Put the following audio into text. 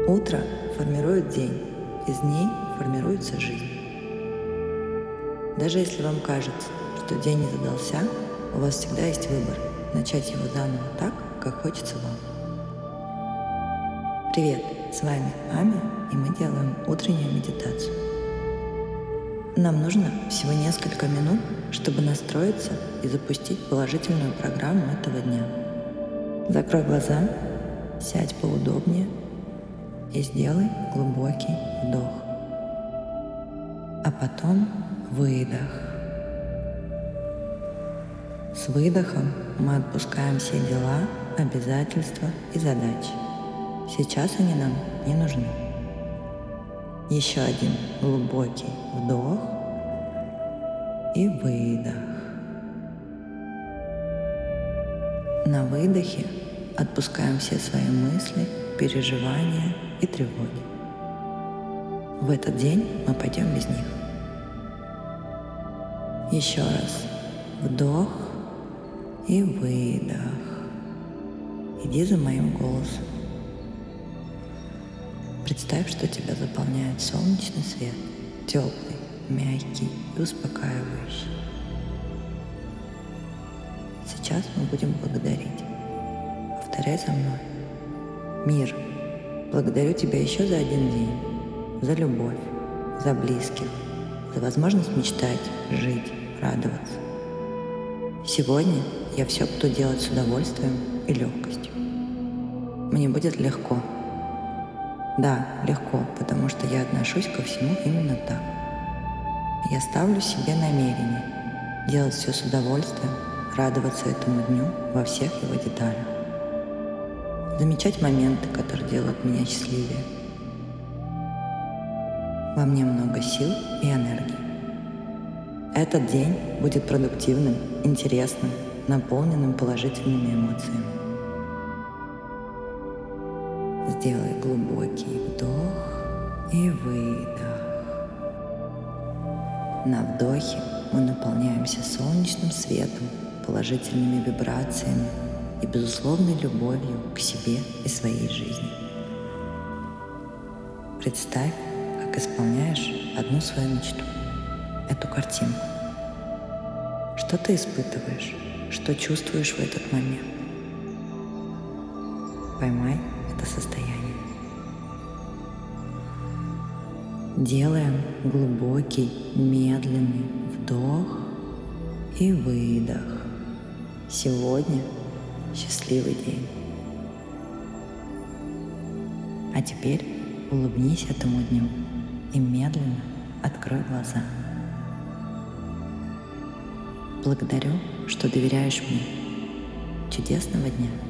Утро формирует день, из дней формируется жизнь. Даже если вам кажется, что день не задался, у вас всегда есть выбор — начать его заново так, как хочется вам. Привет, с вами Ами, и мы делаем утреннюю медитацию. Нам нужно всего несколько минут, чтобы настроиться и запустить положительную программу этого дня. Закрой глаза, сядь поудобнее и сделай глубокий вдох. А потом выдох. С выдохом мы отпускаем все дела, обязательства и задачи. Сейчас они нам не нужны. Еще один глубокий вдох и выдох. На выдохе отпускаем все свои мысли, переживания и тревоги. В этот день мы пойдем без них. Еще раз вдох и выдох. Иди за моим голосом. Представь, что тебя заполняет солнечный свет, теплый, мягкий и успокаивающий. Сейчас мы будем благодарить. Повторяй за мной. Мир, благодарю тебя еще за один день, за любовь, за близких, за возможность мечтать, жить, радоваться. Сегодня я все буду делать с удовольствием и легкостью. Мне будет легко. Да, легко, потому что я отношусь ко всему именно так. Я ставлю себе намерение делать все с удовольствием, радоваться этому дню во всех его деталях. Замечать моменты, которые делают меня счастливее. Во мне много сил и энергии. Этот день будет продуктивным, интересным, наполненным положительными эмоциями. Сделай глубокий вдох и выдох. На вдохе мы наполняемся солнечным светом, положительными вибрациями и безусловной любовью к себе и своей жизни. Представь, как исполняешь одну свою мечту, эту картинку. Что ты испытываешь, что чувствуешь в этот момент? Поймай это состояние. Делаем глубокий, медленный вдох и выдох. Сегодня счастливый день. А теперь улыбнись этому дню и медленно открой глаза. Благодарю, что доверяешь мне. Чудесного дня!